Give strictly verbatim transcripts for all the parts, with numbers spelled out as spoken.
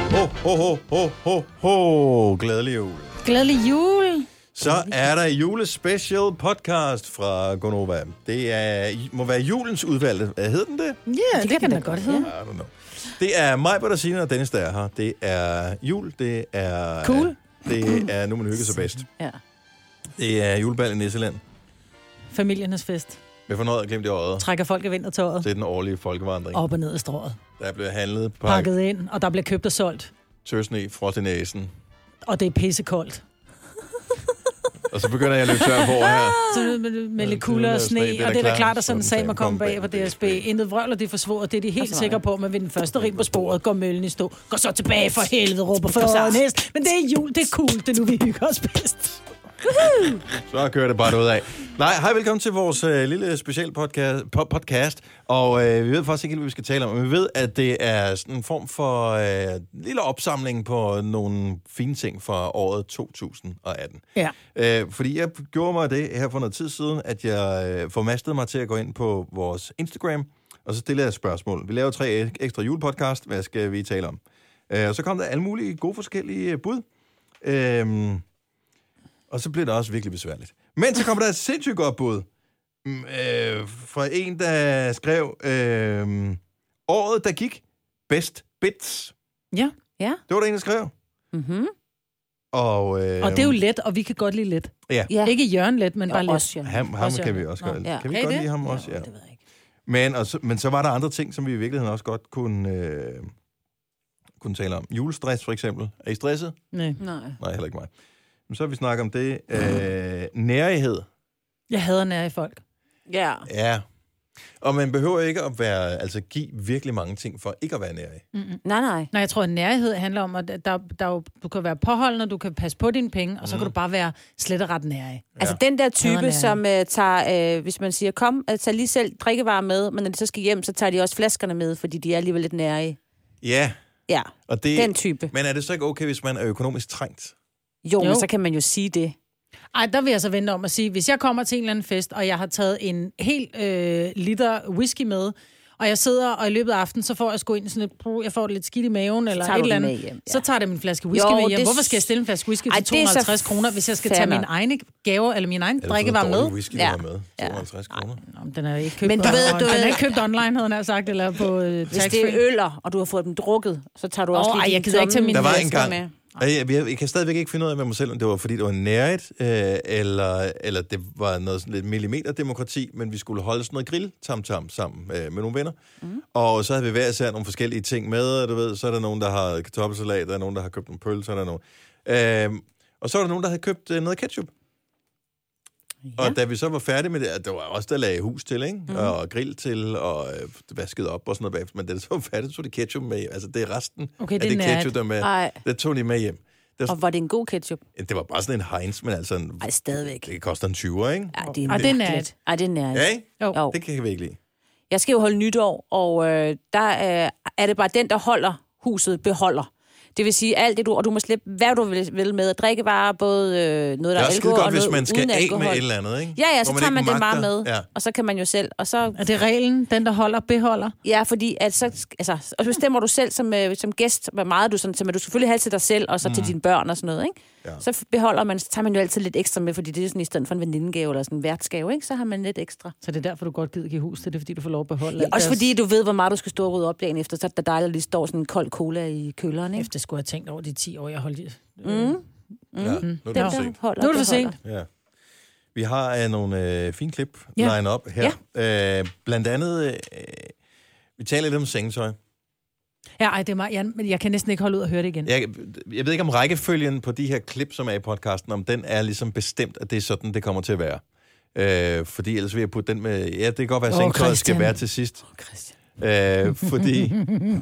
Ho, ho, ho, ho, ho, ho. Glædelig jul. Glædelig jul. Så er der julespecial podcast fra Gonova. Det er, må være julens udvalgte. Hvad hedder den det? Ja, yeah, det, det kan da godt hedde. I don't know. Det er mig, Bertasina og Dennis, der er her. Det er jul. Det er... Cool. Det er nu, man hygger sig bedst. Ja. Det er julebal i Nisseland. Familiernes fest. Med fornøjet og glemt i året. Trækker folk i vintertøjet. Det er den årlige folkevandring. Op og ned i strået. Der bliver handlet, pak, pakket ind, og der bliver købt og solgt. tøsne, frost i næsen. Og det er pissekoldt. Og så begynder jeg at løbe tør på her. Så med, med lidt kulde og sne, og det er da klart, at sådan en sag må komme bag på D S B. Intet vrøvl, og det er forsvoret. Det er de helt sikre på, men ved den første rim på sporet går møllen i stå. Gå så tilbage for helvede, råber for næst. Men det er jul, det er cool, det er nu, vi hygger os bedst. Så kører det bare ud af. Nej, hej, velkommen til vores øh, lille special podcast, podcast. Og øh, vi ved faktisk ikke helt, hvad vi skal tale om, men vi ved, at det er sådan en form for øh, lille opsamling på nogle fine ting fra året to tusind atten. Ja. Øh, fordi jeg gjorde mig det her for noget tid siden, at jeg øh, formastede mig til at gå ind på vores Instagram, og så stillede jeg et spørgsmål. Vi laver tre ekstra julepodcast. Hvad skal vi tale om? Øh, og så kom der alle mulige gode forskellige bud. Øh, Og så blev det også virkelig besværligt. Men så kom der et sindssygt godt bud øh, fra en, der skrev, øh, året, der gik, best bits. Ja, ja. Det var der en, der skrev. Mm-hmm. Og, øh, og det er jo let, og vi kan godt lide let. Ja. Ja. Ikke Jørgen let, men bare let. Ham, ham kan vi også godt. Ja. Kan vi hey, godt det? lide ham også? Jo, ja. det ved jeg ikke. Men, og så, men så var der andre ting, som vi i virkeligheden også godt kunne, øh, kunne tale om. Julestress for eksempel. Er I stresset? Nej. Nej, heller ikke mig. Men så har vi snakket om det. Øh, nærighed. Jeg hader nære folk. Ja. Ja. Og man behøver ikke at være, altså give virkelig mange ting for ikke at være nærig. Mm-mm. Nej, nej. Nej, jeg tror, at nærhed handler om, at der, der jo, du kan være påholdende, du kan passe på dine penge, og så mm. kan du bare være slet og ret nærig. Ja. Altså den der type, som uh, tager, uh, hvis man siger, kom, uh, tag lige selv drikkevarer med, men når de så skal hjem, så tager de også flaskerne med, fordi de er alligevel lidt nærige. Ja. Ja, og det, den type. Men er det så ikke okay, hvis man er økonomisk trængt? Jo, jo, men så kan man jo sige det. Ej, der vil jeg så vente om at sige, hvis jeg kommer til en eller anden fest, og jeg har taget en helt øh, liter whisky med, og jeg sidder, og i løbet af aftenen, så får jeg sgu ind sådan lidt, jeg får lidt skidt i maven, eller et eller andet. Hjem, ja. Så tager jeg min flaske whisky jo, med hjem. Hvorfor skal jeg stille en flaske whisky til to hundrede og halvtreds kroner, hvis jeg skal tage mine egne gaver, eller mine egne drikkevarer med? Er det whisky, ja. med? to hundrede og halvtreds kroner? Ej, den er ikke købt, men du ved, du den ved, er ikke købt online, havde jeg sagt, eller på øh, hvis det er øller, og du har fået dem drukket, så tager du også oh, lige ej, jeg gider ikke tage min der var en gang, med. Jeg, jeg, jeg kan stadigvæk ikke finde ud af med mig selv, om det var fordi, det var nærigt, øh, eller, eller det var noget sådan lidt millimeterdemokrati, men vi skulle holde sådan noget grill-tam-tam sammen øh, med nogle venner. Mm. Og så havde vi hver især nogle forskellige ting med, og du ved, så er der nogen, der har kartoffelsalat, der er nogen, der har købt nogle pølser, der er nogen. Øh, og så er der nogen, der havde købt øh, noget ketchup. Ja. Og da vi så var færdige med det, det var også der lagde hus til, ikke? Mm. Og grill til, og øh, vaskede op og sådan noget bagefter. Men da det så var færdigt, så tog de ketchup med. Altså, det er resten okay, af det, det ketchup, der med. Ej. Det tog de med hjem. Det var, og var det en god ketchup? Det var bare sådan en Heinz, men altså... En, ej, stadigvæk. Det koster en tyver, ikke? Ej, det er Ej, det er nært. Ej, det er nært. Ja, ikke? Jo. jo. Det kan vi ikke lide. Jeg skal jo holde nytår, og øh, der øh, er det bare den, der holder huset, beholder. Det vil sige alt det, du... Og du må slippe, hvad du vil, vil med. Drikkevarer, både øh, noget, der er alkohol godt, og noget hvis man skal af alkohol. med et eller andet, ikke? Ja, ja, så man tager man det bare med, ja. og så kan man jo selv... Og så, er det reglen, den der holder, beholder? Ja, fordi at så, altså, og så bestemmer du selv som, øh, som gæst, hvor meget du sådan... Men du skal selvfølgelig have til dig selv, og så mm. til dine børn og sådan noget, ikke? Ja. Så beholder man, så tager man jo altid lidt ekstra med, fordi det er sådan i stedet for en venindegave eller sådan en værtsgave, ikke? Så har man lidt ekstra. Så det er derfor, du godt gider give hus til det, fordi du får lov at beholde ja, også deres... fordi du ved, hvor meget du skal stå og rydde op dagen efter, så er det dejligt, at lige står sådan en kold cola i køleren, ikke? Efter skulle jeg have tænkt over de ti år, jeg holdt i. Mm. Mm. Ja, nu er det for sent. Nu er det for sent. Ja. Vi har uh, nogle uh, fine klip ja. line op her. Ja. Uh, blandt andet, uh, vi taler lidt om sengetøj. Ja, ej, det er meget, jeg, jeg kan næsten ikke holde ud og høre det igen. Jeg, jeg ved ikke, om rækkefølgen på de her klip, som er i podcasten, om den er ligesom bestemt, at det er sådan, det kommer til at være. Øh, fordi ellers vil jeg putte den med... Ja, det kan godt være, at oh, sengetøjet skal være til sidst. Oh, Christian. Øh, fordi...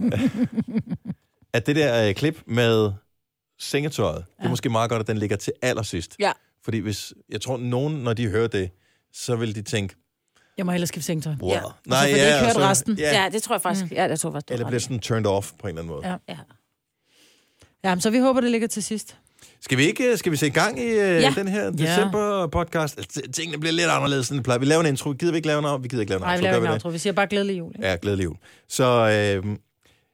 at det der øh, klip med sengetøjet, ja. det er måske meget godt, at den ligger til allersidst. Ja. Fordi hvis... Jeg tror, nogen, når de hører det, så vil de tænke... Jeg må hellere skifte sengetøj. Wow. Ja. Nej, så får ja, det ikke hørt så, resten. Ja. ja, det tror jeg faktisk. Mm. Ja, det tror jeg faktisk. Eller bliver sådan turned off på en eller anden måde. Ja. ja. Jamen, så vi håber, det ligger til sidst. Skal vi ikke skal vi se i gang i uh, ja. den her december-podcast? Altså, tingene bliver lidt anderledes, end det plejer. Vi laver en intro. Gider vi ikke lave en outro? Vi gider ikke lave en outro. Nej, vi laver en outro. Vi siger bare glædelig jul. Ja, ja glædelig jul. Så øh,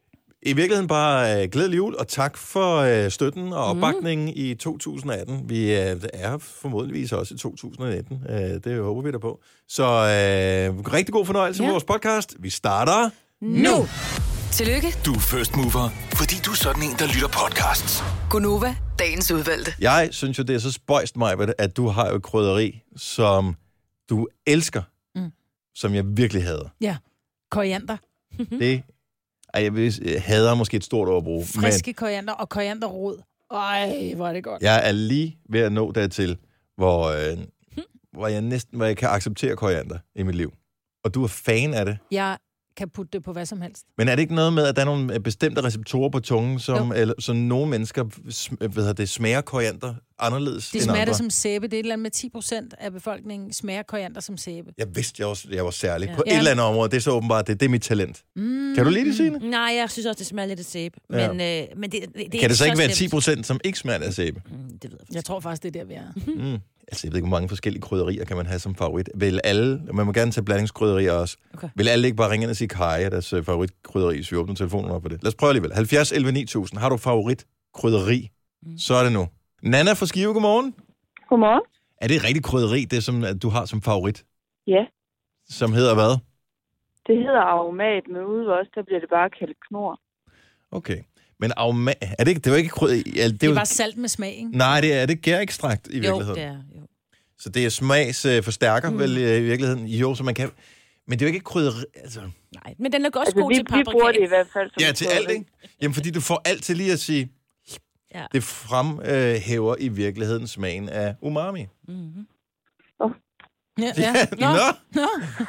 I virkeligheden bare uh, glædelig jul, og tak for uh, støtten og opbakningen mm. i to tusind atten. Vi uh, er formodentligvis også i to tusind nitten. Uh, det håber vi da på. Så uh, rigtig god fornøjelse ja. med vores podcast. Vi starter nu. nu. Tillykke. Du er first mover, fordi du er sådan en, der lytter podcasts. Gunova, dagens udvalgte. Jeg synes jo, det er så spøjst, Maja, at du har jo et krydderi, som du elsker, mm. som jeg virkelig hader. Ja, koriander. Det ej, jeg, vil, jeg hader måske et stort overbrug. Friske men koriander og korianderrod. Ej, hvor er det godt. Jeg er lige ved at nå dertil, hvor, øh, hmm. hvor jeg næsten hvor jeg kan acceptere koriander i mit liv. Og du er fan af det. Jeg kan putte det på hvad som helst. Men er det ikke noget med, at der er nogle bestemte receptorer på tungen, som, eller, som nogle mennesker ved det, smager koriander anderledes de end smager andre? det som sæbe. Det er et eller andet med ti procent af befolkningen smager koriander som sæbe. Jeg vidste jeg også, jeg var særlig. Ja. På ja. et eller andet område. Det er så åbenbart, det, det er mit talent. Mm. Kan du lide det, Signe? Nej, jeg synes også, det smager lidt af sæbe. Men, ja. øh, men det, det, det kan det så ikke være ti procent, som ikke smager af sæbe? Mm, det ved jeg. Jeg tror faktisk, det er der, vi er. mm. Altså, jeg ved ikke, hvor mange forskellige krydderier kan man have som favorit. Vil alle, man må gerne tage blandingskrydderier også. Okay. Vil alle ikke bare ringe ind og sige Kaja, deres favoritkrydderi, så vi åbner telefonen op på det? Lad os prøve alligevel. halvfjerds elleve ni tusind. Har du favoritkrydderi? Mm. Så er det nu. Nana fra Skive, godmorgen. Godmorgen. Er det et rigtigt krydderi, det som at du har som favorit? Ja. Som hedder hvad? Det hedder aromat, men ude også, der bliver det bare kaldt knor. Okay. Men aromat, er det ikke, det er jo ikke krydderi? Ja, det, det er jo bare salt med smag, ikke? Nej, det er, er det gærekstrakt i virkeligheden? Jo, det er, jo. Så det er smagsforstærker uh, mm. vel i virkeligheden? Jo, så man kan... Men det er jo ikke krydderi, altså... Nej, men den er også altså, god vi, til paprika. Vi bruger det i hvert fald som ja, til alt, ikke? Jamen, fordi du får alt til lige at sige... Ja. Det fremhæver øh, i virkeligheden smagen af umami. Mm-hmm. Oh. Ja, ja. Nå! Nå.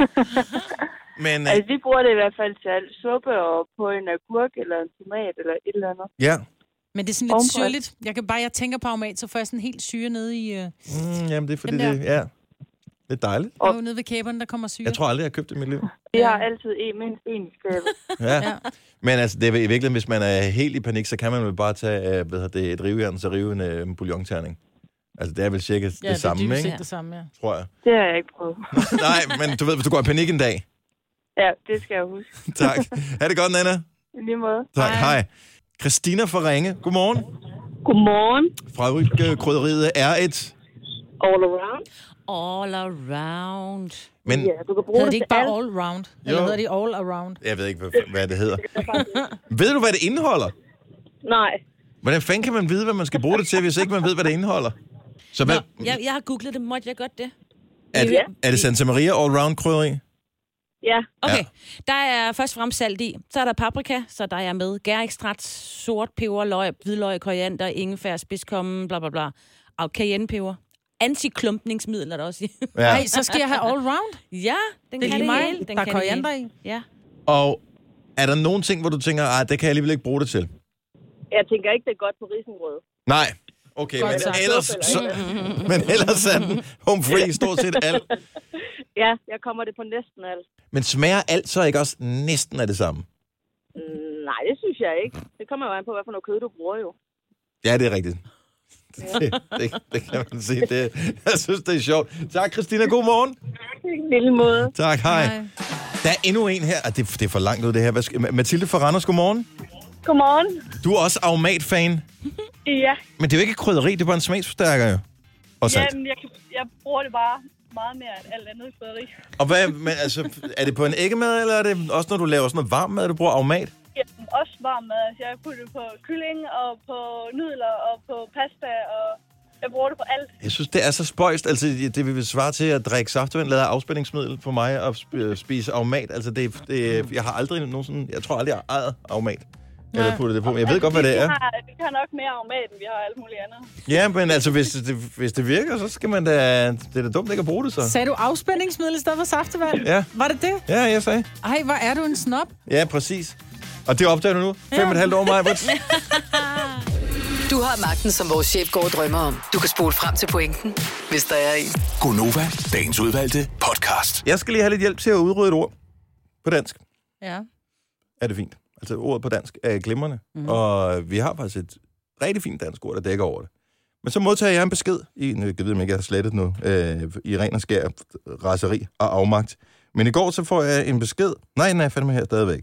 Men, altså, vi bruger det i hvert fald til alt. Suppe og på en agurk eller en tomat eller et eller andet. Ja. Men det er sådan lidt syrligt. Jeg kan bare, jeg tænker på aromat, så får jeg sådan helt syre nede i... Uh, mm, jamen, det er fordi, det, ja, det er dejligt. Og nede ved kæberne, der kommer syre. Jeg tror aldrig, jeg har købt det i mit liv. Vi har altid en, mindst en skabet. ja. ja. Men altså, det er i virkeligheden, hvis man er helt i panik, så kan man vel bare tage hvad det, et rivejern, så rive en uh, bouillonterning. Altså, det er vel cirka ja, det samme, det ikke? Ja, det samme, ja. Tror jeg. Det har jeg ikke prøvet. Nej, men du ved, hvis du går i panik en dag. Ja, det skal jeg huske. tak. Ha' det godt, Nana. I lige måde. Tak, hej. hej. Christina fra Ringe, godmorgen. Godmorgen. Fra krydderiet er et... All around. All around. Men... Ja, du kan bruge hedder det ikke bare alt. All around? Jo. Eller hedder de all around? Jeg ved ikke, hvad, hvad det hedder. Ved du, hvad det indeholder? Nej. Hvordan fanden kan man vide, hvad man skal bruge det til, hvis ikke man ved, hvad det indeholder? Så hvad... Nå, jeg, jeg har googlet det. Måtte jeg godt det? Er, det, er det Santa Maria all-round krydderi? Ja. Okay. Ja. Der er først og fremmest salt i. Så er der paprika, så der er med gærekstrakt, sort peber, løg, hvidløg, koriander, ingefær, spidskommen, bla bla bla. Og cayennepeber. Antiklumpningsmiddel er der også i. Ja. Ej, så skal jeg have all round? Ja, den det kan det mig. hele. Den der er kan koriander i. Ja. Og er der nogle ting, hvor du tænker, at det kan jeg alligevel ikke bruge det til? Jeg tænker ikke, det er godt på risengrød. Nej. Okay, men ellers, så, men ellers er den home free stort set alt. Ja, jeg kommer det på næsten alt. Men smager alt så ikke også næsten af det samme? Mm, nej, det synes jeg ikke. Det kommer jo an på, hvad for noget kød du bruger jo. Ja, det er rigtigt. Det, det, det kan man sige. Det, jeg synes, det er sjovt. Tak, Christina. God morgen. Lille måde. Tak, hej. hej. Der er endnu en her. Det, det er for langt ud, det her. Hvad skal, Mathilde fra Randers, godmorgen. Godmorgen. Du er også aromat-fan. Ja. Men det er jo ikke et krydderi, det er bare en smagsforstærker jo. Og salt. Jamen, jeg, jeg bruger det bare meget mere end alt andet krydderi. Og hvad, men altså, er det på en æggemad, eller er det også, når du laver sådan noget varm mad, du bruger aromat? Ja, også varm mad. Altså, jeg putter det på kylling og på nudler og på pasta, og jeg bruger det på alt. Jeg synes, det er så spøjst. Altså, det vil svare til at drikke saftevand, lavet afspændingsmiddel for mig at spise aromat. Altså, det, det, jeg har aldrig nogensinde, jeg tror aldrig, jeg har ejet aromat. Eller puttet det på. Men jeg ved godt, hvad det er. Vi har, vi har nok mere aromat, end vi har alt muligt andet. Ja, men altså, hvis det, hvis det virker, så skal man da... Det er da dumt ikke at bruge det, så. Sagde du afspændingsmiddel i stedet for saftevand? Ja. Var det det? Ja, jeg sagde. Ej, hvor er du en snob? Ja, præcis. Og det opdager du nu. Ja. Fem og et halvt år, Majbert. Du har magten, som vores chef går og drømmer om. Du kan spole frem til pointen, hvis der er en. Gunova, dagens udvalgte podcast. Jeg skal lige have lidt hjælp til at udrydde et ord på dansk. Ja. Er det fint? Altså, ordet på dansk er glimrende. Mm. Og vi har faktisk et rigtig fint dansk ord, der dækker over det. Men så modtager jeg en besked i, jeg ved ikke, jeg har slettet nu, øh, i ren og skær raseri og afmagt. Men i går så får jeg en besked, nej, nej, fandme her stadigvæk,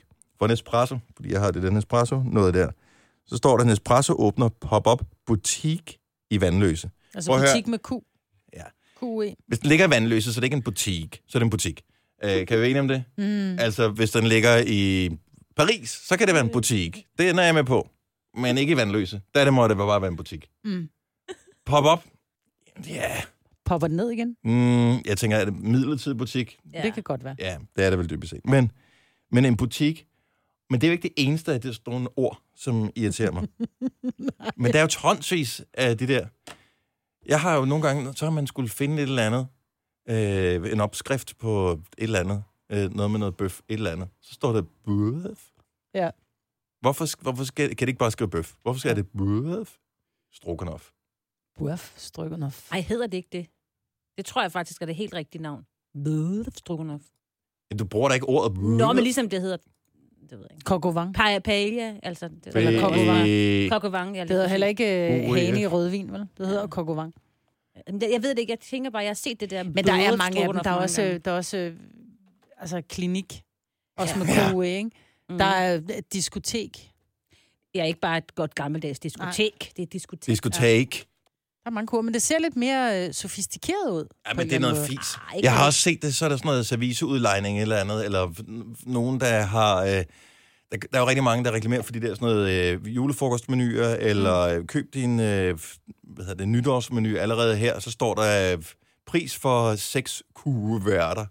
for Nespresso, fordi jeg har det der Nespresso, noget der. Så står der, Nespresso åbner pop-up butik i Vandløse. Altså butik med Q. Ja. Q E. Hvis den ligger i Vandløse, så er det ikke en butik, så er det en butik. Øh, kan vi være enige om det? Mm. Altså, hvis den ligger i Paris, så kan det være en butik. Det er jeg med på. Men ikke i Vandløse. Der det må det bare være en butik. Mm. Pop-up? Ja. Yeah. Popper den ned igen? Mm, jeg tænker, er det midlertidig butik? Ja. Det kan godt være. Ja, det er det vel dybest set. Men, men en butik, men det er jo ikke det eneste af det store ord, som irriterer mig. Men der er jo tonsvis af de der. Jeg har jo nogle gange, så har man skulle finde et eller andet, øh, en opskrift på et eller andet, øh, noget med noget bøf, et eller andet. Så står der bøf. Ja. Hvorfor, hvorfor skal, kan det ikke bare skrive bøf? Hvorfor skal ja. det bøf? Stroganoff. Bøf, stroganoff. Ej, hedder det ikke det? Det tror jeg faktisk er det helt rigtige navn. Bøf, stroganoff. Du bruger da ikke ordet bøf. Nå, men ligesom det hedder... Det ved jeg ikke. Coq au vin. Pa- paella, altså... Det, eller coq au vin. Coq au vin, ja. Det hedder heller ikke uh, hane i rødvin, vel? Det hedder coq au vin. Jeg ved det ikke, jeg tænker bare, jeg har set det der... Men der er mange af dem. Der er også, der er også altså, klinik. Også ja. med Q E, ikke? Mm. Der er et diskotek. Ja, ikke bare et godt gammeldags diskotek. Nej. Det er et diskotek. Diskotek. Ja. Der er mange kur, men det ser lidt mere øh, sofistikeret ud. Ja, men det er noget fis. Ah, jeg har også set det, så er der sådan noget serviceudlejning eller andet, eller nogen, der har... Øh, der, der er jo rigtig mange, der reklamerer for de der sådan noget øh, julefrokostmenuer, eller mm. køb din øh, hvad hedder det, nytårsmenu allerede her, så står der øh, pris for seks kugeværter.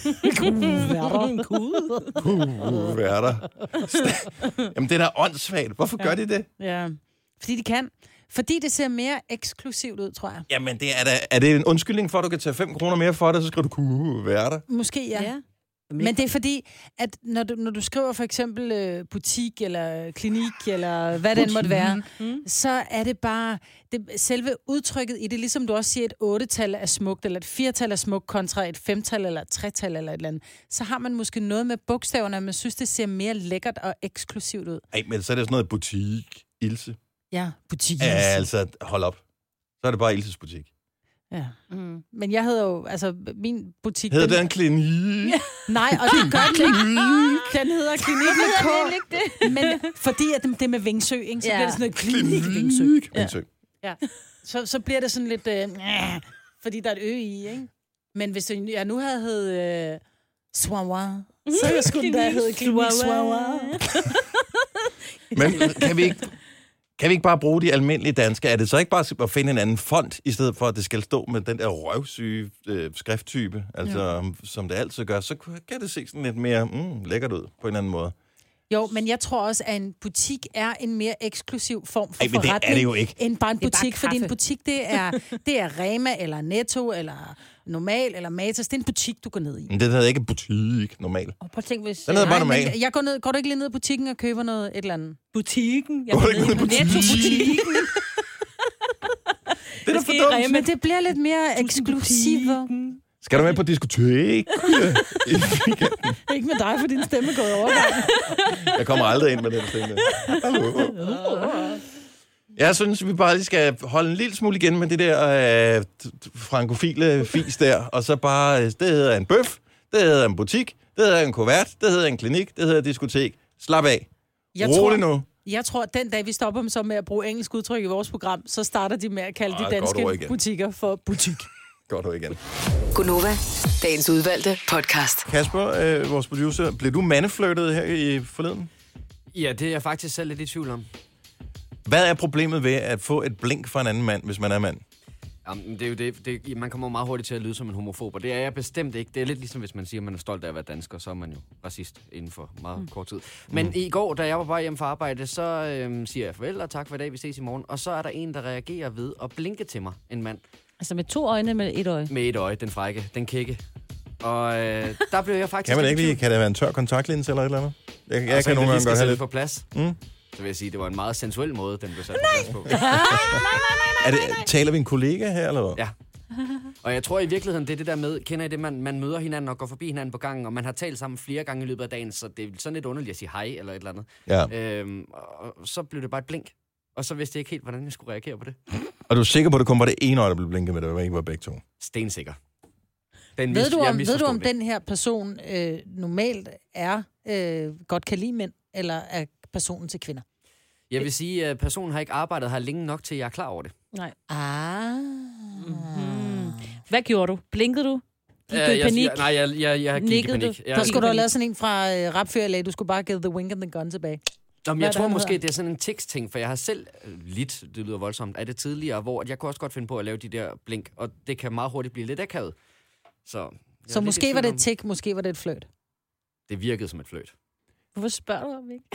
Kugeværter. Kugeværter. Jamen, det er da åndssvagt. Hvorfor ja. gør de det? Ja, fordi de kan. Fordi det ser mere eksklusivt ud, tror jeg. Jamen, det er, da, er det en undskyldning for, at du kan tage fem kroner mere for det, så skriver du kugeværter? Måske, ja. ja. Men det er fordi, at når du, når du skriver for eksempel øh, butik, eller klinik, eller hvad det måtte være, mm. så er det bare... Det, selve udtrykket i det, ligesom du også siger, et otte-tal er smukt, eller et fire-tal er smukt, kontra et femtal eller et tre-tal eller et eller andet, så har man måske noget med bogstaverne, at man synes, det ser mere lækkert og eksklusivt ud. Ej, men så er det sådan noget butik, Ilse. Ja, butik. Ja, altså, hold op. Så er det bare Ilses butik. Ja. Mm. Men jeg hedder jo, altså, min butik... Hedder den, den klinik? Ja. Nej, og det gør den ikke. Den hedder klinik med K. Det? Men fordi at det er med Vingsø, ikke? Så ja. bliver det sådan noget klinik, klinik Vingsø. Vingsø. Ja. ja. Så, så bliver det sådan lidt... Øh, fordi der er et ø i, ikke? Men hvis jeg nu havde heddet... Øh, Swawa, så jeg skulle da hedde klinik Swawa. Men kan vi ikke... Kan vi ikke bare bruge de almindelige danske? Er det så ikke bare at finde en anden font, i stedet for, at det skal stå med den der røvsyge øh, skrifttype, altså ja. som det altid gør, så kan det se sådan lidt mere mm, lækkert ud på en eller anden måde. Jo, men jeg tror også, at en butik er en mere eksklusiv form for Ej, men det forretning er det jo ikke. end bare en butik, fordi en butik, det er, det er Rema, eller Netto, eller Normal, eller Matas. Det er en butik, du går ned i. Men det hedder ikke butik, normal. Og prøv at tænke, hvis... Den hedder bare normal. Jeg går, ned, går du ikke lige ned i butikken og køber noget, et eller andet? Butikken? Jeg går, går ikke ned i Netto-butikken. Det er da for dumt. Men det bliver lidt mere eksklusivt. Skal du med på diskotek? Ikke med dig, for din stemme er gået over. Jeg kommer aldrig ind med den stemme. Jeg synes, vi bare lige skal holde en lille smule igen med det der øh, frankofile fis der, og så bare, det hedder en bøf, det hedder en butik, det hedder en kuvert, det hedder en klinik, det hedder diskotek. Slap af. Jeg Rolig tror, nu. Jeg tror, at den dag, vi stopper dem så med at bruge engelsk udtryk i vores program, så starter de med at kalde Arh, de danske butikker for butik. Godt du igen. Gunova, dagens udvalgte podcast. Kasper, øh, vores producer, blev du mandeflirtet her i forleden? Ja, det er jeg faktisk selv lidt i tvivl om. Hvad er problemet ved at få et blink fra en anden mand, hvis man er mand? Jamen, det er jo det, det, man kommer meget hurtigt til at lyde som en homofob, og det er jeg bestemt ikke. Det er lidt ligesom, hvis man siger, at man er stolt af at være dansker, så er man jo racist inden for meget mm. kort tid. Men mm. i går, da jeg var bare hjemme fra arbejde, så øhm, siger jeg farvel og tak for i dag, vi ses i morgen. Og så er der en, der reagerer ved at blinke til mig, en mand. Altså med to øjne, med et øje? Med et øje, den frække, den kække. Og øh, der blev jeg faktisk... Kan man ikke lige, kan det være en tør kontaktlinse eller et eller andet? Jeg, jeg altså, kan nogle gange godt have lidt lidt på plads. Mm. Så vil jeg sige, det var en meget sensuel måde, den blev sat nej. på plads på. nej, nej, nej, nej, nej, nej. Taler vi en kollega her, eller hvad? Ja. Og jeg tror i virkeligheden, det er det der med, kender I det, man, man møder hinanden og går forbi hinanden på gangen, og man har talt sammen flere gange i løbet af dagen, så det er sådan lidt underligt at sige hej eller et eller andet. Ja. Øhm, og så blev det bare et blink, og så vidste jeg ikke helt, hvordan jeg skulle reagere på det. Og du er sikker på, at det kun var det ene øje, der blev blinket med, det var ikke var begge to? Stensikker. Den ved, du om, ved du, om den her person øh, normalt er øh, godt kan lide mænd? eller er personen til kvinder? Jeg vil sige, at personen har ikke arbejdet her længe nok til, at jeg er klar over det. Nej. Ah. Mm-hmm. Hvad gjorde du? Blinkede du? Gik Uh, du i jeg, panik? Jeg, nej, jeg, jeg, jeg gik Nikkede i panik. du? Jeg, Så skulle du have lavet sådan en fra uh, Rapfyr, du skulle bare give the wink and the gun tilbage. Jamen, jeg Hvad tror der måske, hedder? det er sådan en tekstting, for jeg har selv lidt, det lyder voldsomt, af det tidligere, hvor jeg kunne også godt finde på at lave de der blink, og det kan meget hurtigt blive lidt akavet. Så, Så måske var det et tik, måske var det et fløjt. Det virkede som et fløjt. Hvorfor spørger du om ikke?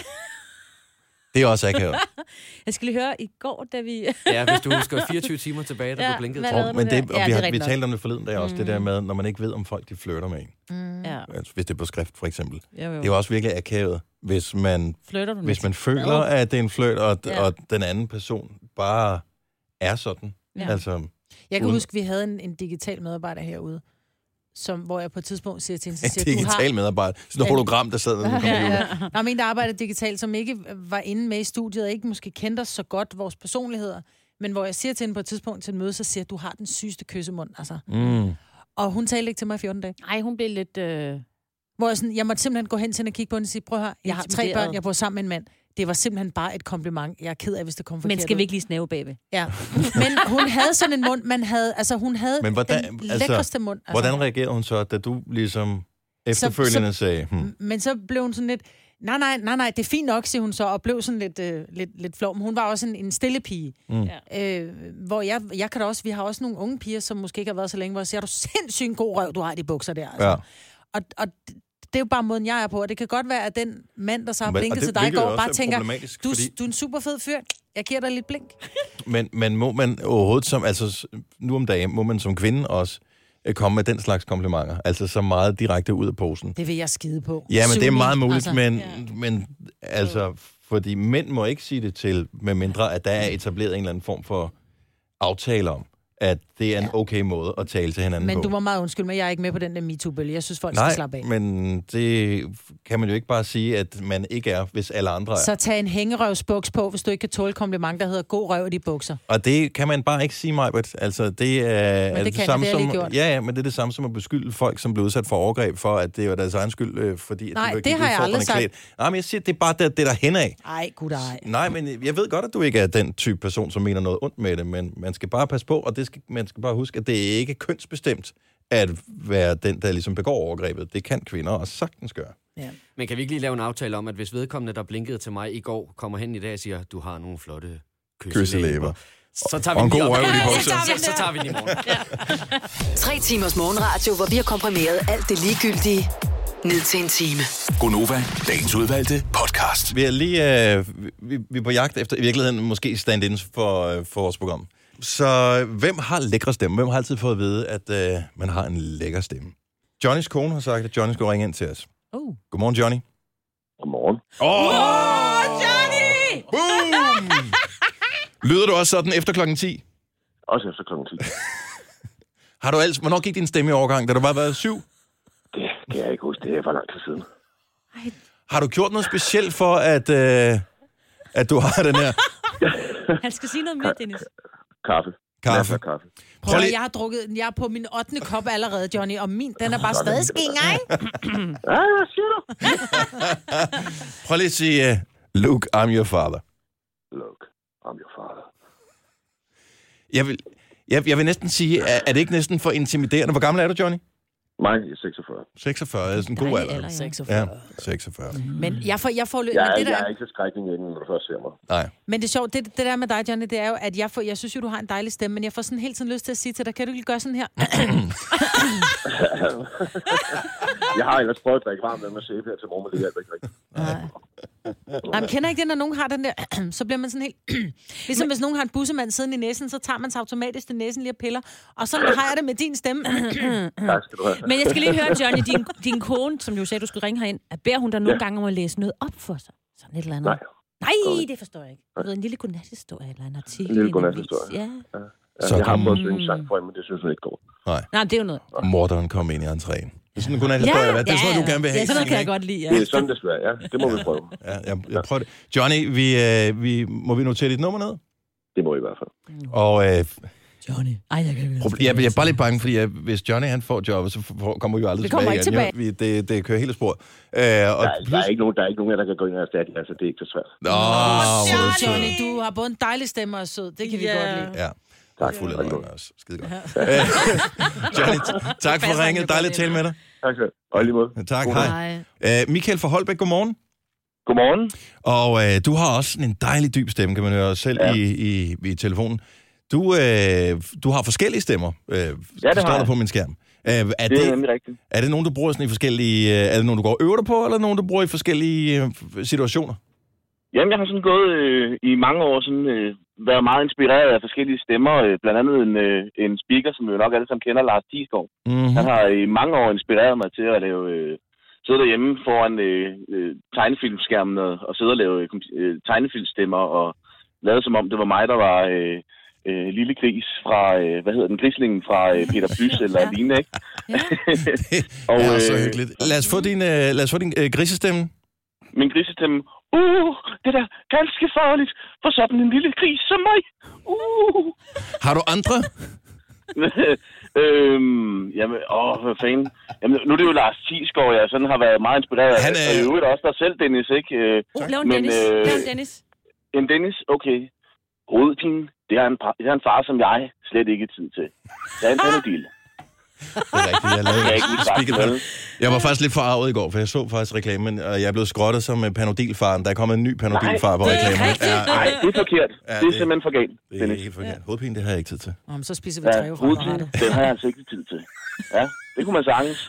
Det er også akavet. Jeg skal lige høre, i går, da vi... Ja, hvis du husker fireogtyve timer tilbage, da Ja, du blinkede hvad til. lavede Og, men du det, der? og Ja, vi, det er har, vi rigtigt talte om det forleden dag også, mm. det der med, når man ikke ved, om folk de flirter med en. Mm. Ja. Altså, hvis det er på skrift, for eksempel. Jo, jo. Det er jo også virkelig akavet, hvis man, Flytter du hvis lidt? man føler, at det er en flirt, og, Ja. og den anden person bare er sådan. Ja. Altså, Jeg kan uden- huske, vi havde en, en digital medarbejder herude, som, hvor jeg på et tidspunkt siger til hende, så en siger, du har... digital medarbejder. Sådan et hologram, der sad ved en computer. Ja, ja. Der er en, der arbejder digitalt, som ikke var inde med i studiet, og ikke måske kendte os så godt, vores personligheder. Men hvor jeg siger til hende på et tidspunkt til en møde, så siger jeg, du har den sygeste kyssemund. Altså. Mm. Og hun talte ikke til mig i fjorten dage. Nej, hun blev lidt... Øh... Hvor jeg, sådan, jeg måtte simpelthen gå hen til hende og kigge på hende og sige, prøv at høre, jeg har tre Intimideret. børn, jeg bor sammen med en mand. Det var simpelthen bare et kompliment. Jeg er ked af, hvis det kom forkert Men skal vi ud. ikke lige snæve bagved? Ja. Men hun havde sådan en mund, man havde, altså hun havde Men hvordan- den altså, lækreste mund. Altså. Hvordan reagerede hun så, da du ligesom efterfølgende så, sagde... Hmm. Men så blev hun sådan lidt, nej, nej, nej, nej, det er fint nok, siger hun så, og blev sådan lidt, øh, lidt, lidt flov. Men hun var også en, en stille pige. Mm. Øh, hvor jeg, jeg kan da også, vi har også nogle unge piger, som måske ikke har været så længe, hvor jeg siger, du sindssygt en god røv, du har i de bukser der. Altså. Ja. Og, og det er jo bare måden, jeg er på, og det kan godt være, at den mand, der så har Men- og blinket det- til dig i hvilket går, også bare er tænker, problematisk, du, fordi- du er en super fed fyr, jeg giver dig lidt blink. Men, men må man overhovedet som... Altså, nu om dagen, må man som kvinde også øh, komme med den slags komplimenter? Altså så meget direkte ud af posen. Det vil jeg skide på. Ja, men det er Suni, meget muligt, altså. men, men altså, fordi mænd må ikke sige det til, med mindre at der er etableret en eller anden form for aftale om, at det er en okay måde at tale til hinanden Men på. du må meget undskylde mig, jeg er ikke med på den der MeToo-bølge. Jeg synes, folk Nej, skal slappe af. men det kan man jo ikke bare sige, at man ikke er, hvis alle andre er. Så tag en hængerøvsbuks på, hvis du ikke kan tåle kompliment, der hedder god røv i de bukser. Og det kan man bare ikke sige, Majbert. Altså, det er, Men det er kan jeg, samme det har jeg som... lige gjort. Ja, ja, men det er det samme som at beskylde folk, som blev udsat for overgreb, for at det var deres egen skyld, øh, fordi... Nej, at de var det har jeg aldrig sagt. klædt. Nej, men jeg siger, det er bare det, det der hen af. Ej, gud ej. Nej, men jeg ved godt, at du ikke er den type person, som mener noget ondt med det, men man skal bare passe på, og det skal, man skal bare huske, at det er ikke kønsbestemt at være den, der ligesom begår overgrebet. Det kan kvinder også sagtens gøre. Ja. Men kan vi ikke lige lave en aftale om, at hvis vedkommende, der blinkede til mig i går, kommer hen i dag og siger, du har nogle flotte kysselæber, Kysselæber. så tager vi Og en den lige god op. røv i de Ja, bukser. så, så tager vi den i morgen. Tre timers morgenradio, hvor vi har komprimeret alt det ligegyldige ned til en time. Gonova, dagens udvalgte podcast. Vi er lige øh, vi, vi er på jagt efter i virkeligheden måske stand-ins for, øh, for vores program. Så hvem har lækre stemme? Hvem har altid fået at vide, at øh, man har en lækker stemme? Johnnys kone har sagt, at Johnny skulle ringe ind til os. Uh. Godmorgen, Johnny. Godmorgen. Åh! Oh! Åh, Johnny! Boom! Lyder du også sådan efter klokken ti? Også efter klokken ti. Har du altså, hvornår gik din stemme i overgang? Da du bare været syv? Det kan jeg ikke huske. Det er for lang tid siden. Har du gjort noget specielt for, at, øh, at du har den her Han skal sige noget mere, Dennis. Kaffe. kaffe? Masser af kaffe. Prøv at, jeg har drukket, jeg er på min ottende kop allerede, Johnny, og min, den er bare stadig sking, ikke? Ja, hvad siger du? Prøv lige at sige, uh, Luke, I'm your father. Look, I'm your father. Jeg vil, jeg, jeg vil næsten sige, er, er det ikke næsten for intimiderende? Hvor gammel er du, Johnny? Mig er seksogfyrre. seksogfyrre er sådan en god Dejlig alder. alder, ja. seksogfyrre. Ja, seksogfyrre. Men jeg får, jeg får lø- Jeg men er, det der, jeg er ikke så skrækkende inden, når du først ser mig. Nej. men det er sjovt, det, det der med dig, Johnny, det er jo, at jeg får, jeg synes jo, du har en dejlig stemme, men jeg får sådan hele tiden lyst til at sige til dig, kan du ikke gøre sådan her? Jeg har ellers prøvet at drikke varmt med mig sæbe her til morgen, men det hjælper ikke rigtigt. Nej, men kender ikke det, når nogen har den der, så bliver man sådan helt... ligesom hvis nogen har en bussemand siden i næsen, så tager man sig automatisk til næsen lige og piller. Og sådan har jeg det med din stemme. Tak skal du have. Men jeg skal lige høre, Johnny, din, din kone, som du sagde, du skulle ringe herind, beder hun dig nogle Ja. gange om at læse noget op for sig? Sådan et eller andet. Nej. Nej, det forstår jeg ikke. Du ved, en lille godnathistorie eller en artikel. En lille i godnathistorie. avis. Ja. Ja, Så jeg har kom- prøvet at synge en sang for hende, men det synes hun ikke går. Nej. Nej, det er jo noget. Morderen kom ind i entréen. Det er sådan en godnat-historie. Ja, det er sådan noget, du gerne vil have. Ja, sådan noget kan jeg Signe, godt lide, ja. Det er sådan desværre, ja. Det må vi prøve. ikke? Ja, jeg, jeg prøver det. Johnny, vi, øh, vi, må vi notere dit nummer ned? Det må vi i hvert fald. Og øh, Johnny. Ej, jeg kan Proble- jeg, jeg er bare lidt bange, fordi jeg, hvis Johnny han får jobbet, så får, kommer vi jo aldrig det kommer tilbage ikke igen. tilbage. Jo, vi, det, det kører hele spor. Øh, og Der, er, plus... der, er ikke nogen, der er ikke nogen af jer, der kan gå ind og erstatte, altså det er ikke så svært. Nå, oh, Johnny, du har både en dejlig stemme og er sød. Det kan vi Ja. godt lide. Ja. Tak. Fuld af løgn også. Skide godt. Johnny, t- tak for ringet. Dejligt at tale med dig. Tak skal du. Og i lige måde. Tak, God hej. Uh, Michael fra Holbæk, godmorgen. Godmorgen. Og uh, du har også en dejlig dyb stemme, kan man høre selv Ja. i, i, i telefonen. Du, uh, du har forskellige stemmer. Uh, det står har der jeg. på min skærm. Uh, er, Det er det, nemlig rigtigt. er det nogen, du bruger sådan i forskellige... Uh, er det nogen, du går og øver dig på, eller nogen, du bruger i forskellige uh, situationer? Jamen, jeg har sådan gået øh, i mange år sådan, øh, været meget inspireret af forskellige stemmer. Øh, blandt andet en, øh, en speaker, som vi jo nok alle sammen kender, Lars Thiesgaard. Mm-hmm. Han har i mange år inspireret mig til at lave... Øh, sidde derhjemme foran øh, øh, tegnefilmskærmen og, og sidde og lave øh, tegnefilmstemmer og lade som om det var mig, der var... Øh, Øh, lille gris fra, øh, hvad hedder den, grislingen fra øh, Peter Plys eller ja. lignende, ikke? Ja. og, Det er så øh, hyggeligt. Lad os få din, øh, lad os få din øh, grisestemme. Min grisestemme. Uh, det er da ganske farligt for sådan en lille gris som mig. Uh. Har du andre? øhm, jamen, åh, hvad fanden. Jamen, nu er det jo Lars Thiesgaard, jeg sådan har været meget inspireret af. Han er- Og i øvrigt også dig selv, Dennis, ikke? Øh, Uh, lav en Men, Dennis. øh, Lav en Dennis. En Dennis, okay. Hovedpine, det har en, det har en far som jeg slet ikke tid til. Der er en Panodil. Det er rigtigt, jeg lavede Jeg er ikke lige sagt speaker vel. der. Jeg var faktisk lidt forarvet i går, for jeg så faktisk reklamen, og jeg blev skrottet som øh, Panodilfaren. Der er kommet en ny Panodilfar på det er reklamen. rigtigt. Ja, Nej, det er forkert. Ja, det er det- simpelthen for galt, det er Dennis. helt forkert. Hovedpine, det har jeg ikke tid til. Om, så spiser vi Ja, træve fra hovedpine, rettet. den har jeg altså ikke tid til. Ja, det kunne man sagtens.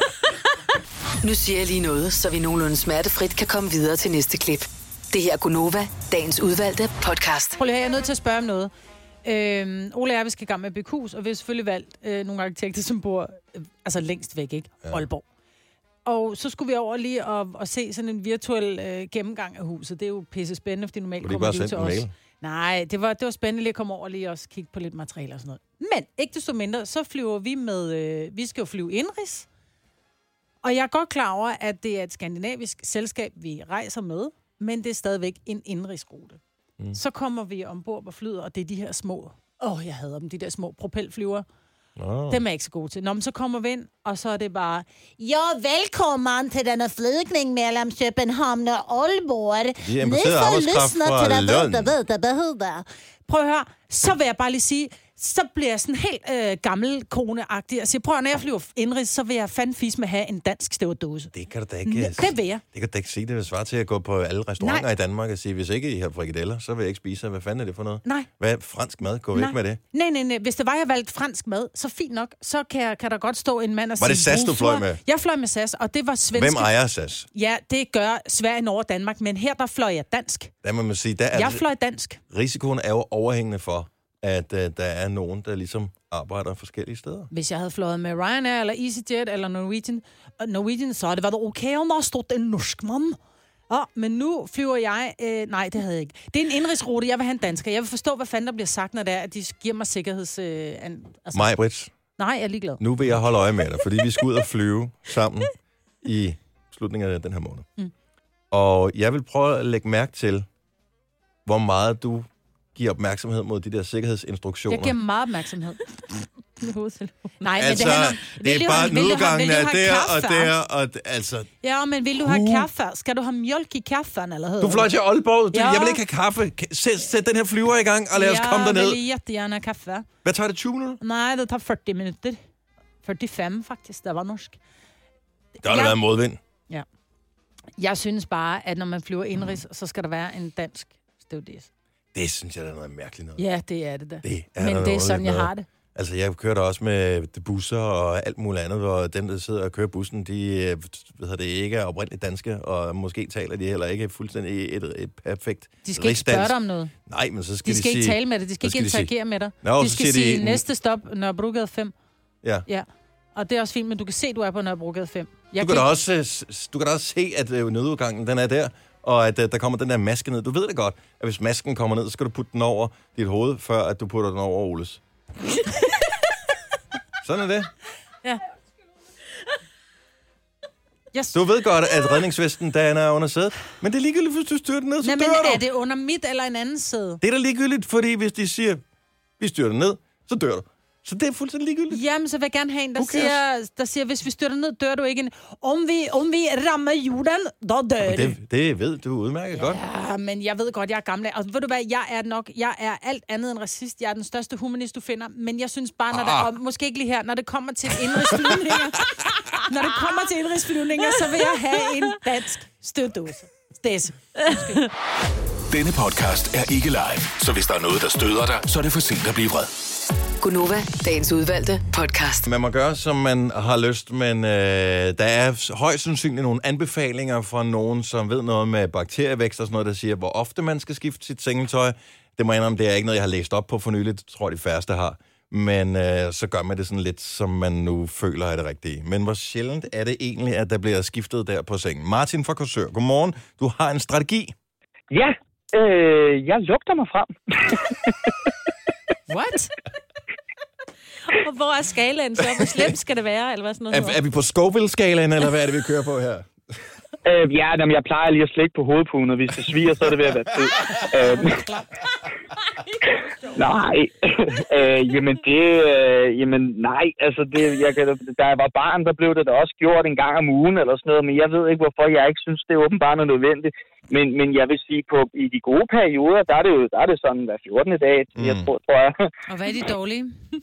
Nu siger jeg lige noget, så vi nogenlunde smertefrit kan komme videre til næste klip. Det her er Gunova, dagens udvalgte podcast. Prøv lige at høre, jeg er nødt til at spørge om noget. Øhm, Ole og jeg, vi skal i gang med at bygge hus, og vi har selvfølgelig valgt øh, nogle arkitekter, som bor øh, altså længst væk, ikke? Ja. Aalborg. Og så skulle vi over lige og, og se sådan en virtuel øh, gennemgang af huset. Det er jo pisse spændende, fordi normalt Kunne de kommer bare de jo sende til en os. mail? Nej, det var, det var spændende lige at komme over og lige også kigge på lidt materiale og sådan noget. Men ikke desto mindre, så flyver vi med... Øh, vi skal jo flyve indrigs. Og jeg er godt klar over, at det er et skandinavisk selskab, vi rejser med, men det er stadigvæk en indrigsrute. Mm. Så kommer vi ombord på flyet, og det er de her små... Åh, oh, jeg hader dem, de der små propelflyver. Oh. Dem er jeg ikke så god til. Nå, men så kommer vi ind, og så er det bare... Ja, velkommen til denne flygning mellem København og Aalborg. De er importeret arbejdskraft fra Lund. Prøv at høre, så vil jeg bare lige sige... Så bliver jeg sådan helt øh, gammel koneagtig og siger, prøv at når jeg flyver indrigs, så vil jeg fandme fis med at have en dansk støvdåse. Det kan du da ikke... Det vil jeg. Det kan du da ikke sige. Det vil svare til at gå på alle restauranter Nej. i Danmark og sige, hvis ikke I har frikadeller, så vil jeg ikke spise. Hvad fanden er det for noget? Nej. Hvad er fransk mad? Gå Nej. væk med det. Nej, nej, nej. Hvis det var, jeg valgte fransk mad, så fint nok. Så kan, jeg, kan der godt stå en mand og sige... Var det S A S, du fløj "Bonjour." med? Jeg fløj med S A S, og det var svenske... Hvem ejer S A S? Ja, det gør Sverige, Norge og Danmark, men her der fløj jeg dansk. Der må man sige, der er Jeg fløj dansk. risikoen er jo overhængende for, at uh, der er nogen, der ligesom arbejder forskellige steder. Hvis jeg havde fløjet med Ryanair, eller EasyJet, eller Norwegian, uh, Norwegian så havde det været okay, om der stod en norsk mand. Ja, men nu flyver jeg... Øh, nej, det havde jeg ikke. Det er en indrigsrute, jeg vil have en dansker. Jeg vil forstå, hvad fanden der bliver sagt, når det er, at de giver mig sikkerheds... Øh, an, altså, Maj Brits, nej, jeg er ligeglad. nu vil jeg holde øje med dig, fordi vi skal ud og flyve sammen i slutningen af den her måned. Mm. Og jeg vil prøve at lægge mærke til, hvor meget du giver opmærksomhed mod de der sikkerhedsinstruktioner. Jeg giver meget opmærksomhed. Nej, Altså, men det handler... det er vil bare du have- vil du have- nødgangen vil du er have der og kaffe? der, og d- altså... Ja, men vil du have kaffe? Skal du have mjølk i kaffen, eller hedder Du fløj til Aalborg, du, Ja. jeg vil ikke have kaffe. Kan- Sæt, sæt den her flyver i gang, og lad os komme Jeg derned. vil jättegärna have kaffe. Hvad tager det, tyve minutter? Nej, det tager fyrre minutter. fyrre-fem faktisk, det var norsk. Der har der Ja. været modvind. Ja. Jeg synes bare, at når man flyver indrigs, så skal der være en dansk stewardess. Det synes jeg, der er noget mærkeligt noget. Ja, det er det da. Det er Men der det er noget sådan, jeg noget. har det. Altså, jeg kører da også med busser og alt muligt andet, hvor dem, der sidder og kører bussen, de øh, ved jeg, det ikke er oprindeligt danske, og måske taler de heller ikke fuldstændig et, et perfekt De skal ikke spørge dig om noget. Nej, men så skal De de, skal sige... ikke tale med dig. De skal så ikke skal de interagere med dig. Nå, de så skal siger de- sige, næste stop, Nørrebrogade fem. Ja. Ja. Og det er også fint, men du kan se, at du er på Nørrebrogade fem. Jeg Du kan, da også, øh, s- du kan da også se, at øh, nødudgangen den er der, og at øh, der kommer den der maske ned. Du ved det godt, at hvis masken kommer ned, så skal du putte den over dit hoved, før at du putter den over Oles. Sådan er det. Ja. Yes. Du ved godt, at redningsvesten, der er under sædet. Men det er ligegyldigt, hvis du styrter ned, så Nej, men dør du. er det under mit eller en anden sæde? Det er da ligegyldigt, fordi hvis de siger, vi styrter ned, så dør du. Så det er fuldstændig ligegyldigt. Jamen, så vil jeg gerne have en, der siger, der siger, hvis vi styrter ned, dør du ikke. En, om, vi, om vi rammer jorden, da dør det. Det ved du udmærket ja, godt. Ja, men jeg ved godt, jeg er gammel. Og ved du hvad, jeg er nok, jeg er alt andet end racist. Jeg er den største humanist, du finder. Men jeg synes bare, når ah. der, og måske ikke lige her, når det kommer til indrigsflyvninger, når det kommer til indrigsflyvninger, så vil jeg have en dansk støddåse. Stæs. Denne podcast er ikke live, så hvis der er noget, der støder dig, så er det for sent at blive vred. Gunova, dagens udvalgte podcast. Man må gøre, som man har lyst, men øh, der er højst sandsynligt nogle anbefalinger fra nogen, som ved noget med bakterievækst og sådan noget, der siger, hvor ofte man skal skifte sit sengetøj. Det må jeg indrømme, det er ikke noget, jeg har læst op på for nyligt. Det tror jeg, de færreste har. Men øh, så gør man det sådan lidt, som man nu føler er det rigtige. Men hvor sjældent er det egentlig, at der bliver skiftet der på sengen? Martin fra Korsør, godmorgen. Du har en strategi. Ja, øh, jeg lugter mig frem. What? Og hvor er skalaen så? Hvor slemt skal det være? Eller hvad sådan noget er, er vi på Scoville-skalaen, eller hvad er det, vi kører på her? Øh, ja, jamen, jeg plejer lige at slikke på hovedpuden, og hvis det sviger, så er det ved at være tid. øh, nej, øh, jamen det, øh, jamen nej, altså det, jeg, da jeg var barn, der blev det da også gjort en gang om ugen eller sådan noget, men jeg ved ikke, hvorfor jeg ikke synes, det er åbenbart noget nødvendigt. Men, men jeg vil sige, på i de gode perioder, der er det jo der er det sådan hver fjortende dag, mm. jeg tror, tror jeg. Og hvad er de dårlige?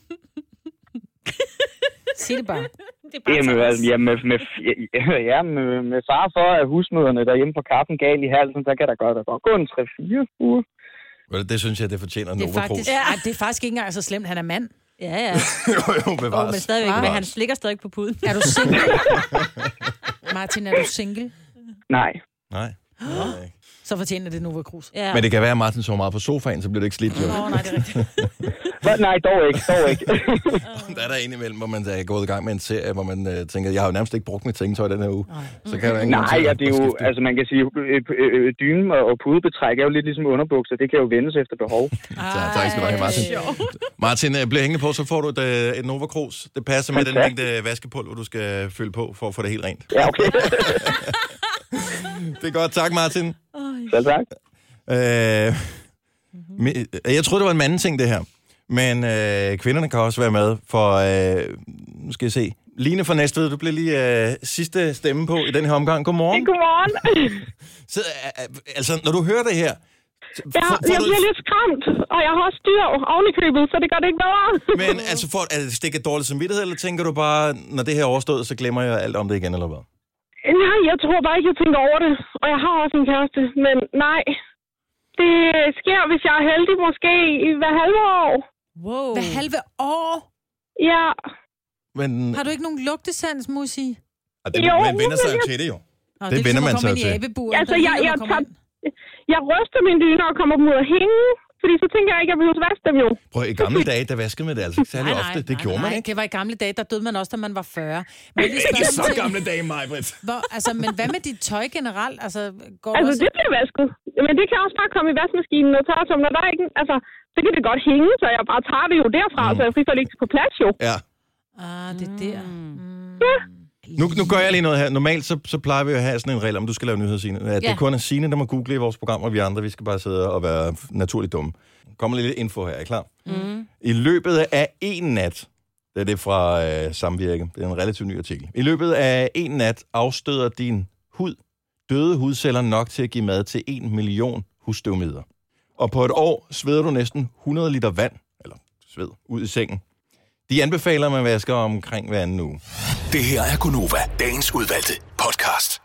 Sig det bare. Det er bare jamen, altså, ja, med, med, ja, med, med far for, at husmøderne derhjemme på kaffen gal i halsen, så kan der godt, der godt gå en tre fire uger. Det synes jeg, det fortjener det Nova Cruz. Ja, det er faktisk ikke engang så slemt, han er mand. Ja, ja. jo, jo, bevares. Oh, men stadigvæk, men han slikker stadig på puden. Er du single? Martin, er du single? Nej. Nej. Nej. Så fortjener det Nova Cruz. Ja. Men det kan være, at Martin så meget på sofaen, så bliver det ikke slidt. Åh, oh, nej, det er rigtigt. But, nej, dog ikke, dog ikke. Der er der en imellem, hvor man er gået i gang med en serie, hvor man uh, tænker, jeg har jo nærmest ikke brugt mit sengetøj den her uge. Nej. Så kan jeg nej, ja, det er jo, altså man kan sige, dynen og pudebetræk er jo lidt ligesom underbukser. Det kan jo vendes efter behov. Så tak skal du have, Martin. Martin, bliv hængende på, så får du et, et Nova Cruz. Det passer med den mængde vaskepulver, du skal fylde på, for at få det helt rent. Ja, okay. Det er godt. Tak, Martin. Selv tak. Øh, jeg troede, det var en manden ting, det her. Men øh, kvinderne kan også være med, for øh, nu skal jeg se. Line fra Næstved, du bliver lige øh, sidste stemme på i den her omgang. Godmorgen. Godmorgen. Så, øh, altså, når du hører det her... Ja, for, jeg bliver du... lidt skræmt, og jeg har også styr oven i købet, så det gør det ikke bedre. Men altså, for, er det stikker dårligt samvittighed, eller tænker du bare, når det her er overstået, så glemmer jeg alt om det igen, eller hvad? Nej, jeg tror bare ikke, jeg tænker over det. Og jeg har også en kæreste, men nej. Det sker, hvis jeg er heldig, måske i hver halve år. Wow. Hver halve år? Ja. Men... Har du ikke nogen lugtesans, Musi? Ah, det, jo, man vender sig jeg... til det jo. Nå, det, det vender man sig til. Altså, jeg, jeg, tager, jeg ryster mine dyner og kommer dem ud af hænge. Fordi så tænker jeg ikke, at jeg behøver at vaske dem jo. Prøv, i gamle dage, der vaskede man det altså ikke særlig nej, nej, ofte. Det nej, gjorde nej, man ikke. Det var i gamle dage, der døde man også, da man var fyrre. Men ikke så til, gamle dage, Maj-Brit. Altså, men hvad med dit tøj generelt? Altså, går altså også... det bliver vasket. Men det kan også bare komme i vaskemaskinen og tørre som, når der er ikke... Altså, så kan det godt hænge, så jeg bare tager det jo derfra, mm. så jeg frister ikke på plads jo. Ja. Ah, det er der. Mm. Ja. Nu, nu gør jeg lige noget her. Normalt så, så plejer vi at have sådan en regel, om du skal lave nyheder, Signe. At ja. Det kun er Signe, der må google i vores program, og vi andre, vi skal bare sidde og være naturligt dumme. Kommer lidt info her, er I klar? Mm. I løbet af en nat, det er det fra øh, Samvirke, det er en relativt ny artikel. I løbet af en nat afstøder din hud døde hudceller nok til at give mad til en million husstøvmider. Og på et år sveder du næsten hundrede liter vand, eller sved, ud i sengen. De anbefaler, at man vasker omkring hver anden uge. Det her er Gunova, dagens udvalgte podcast.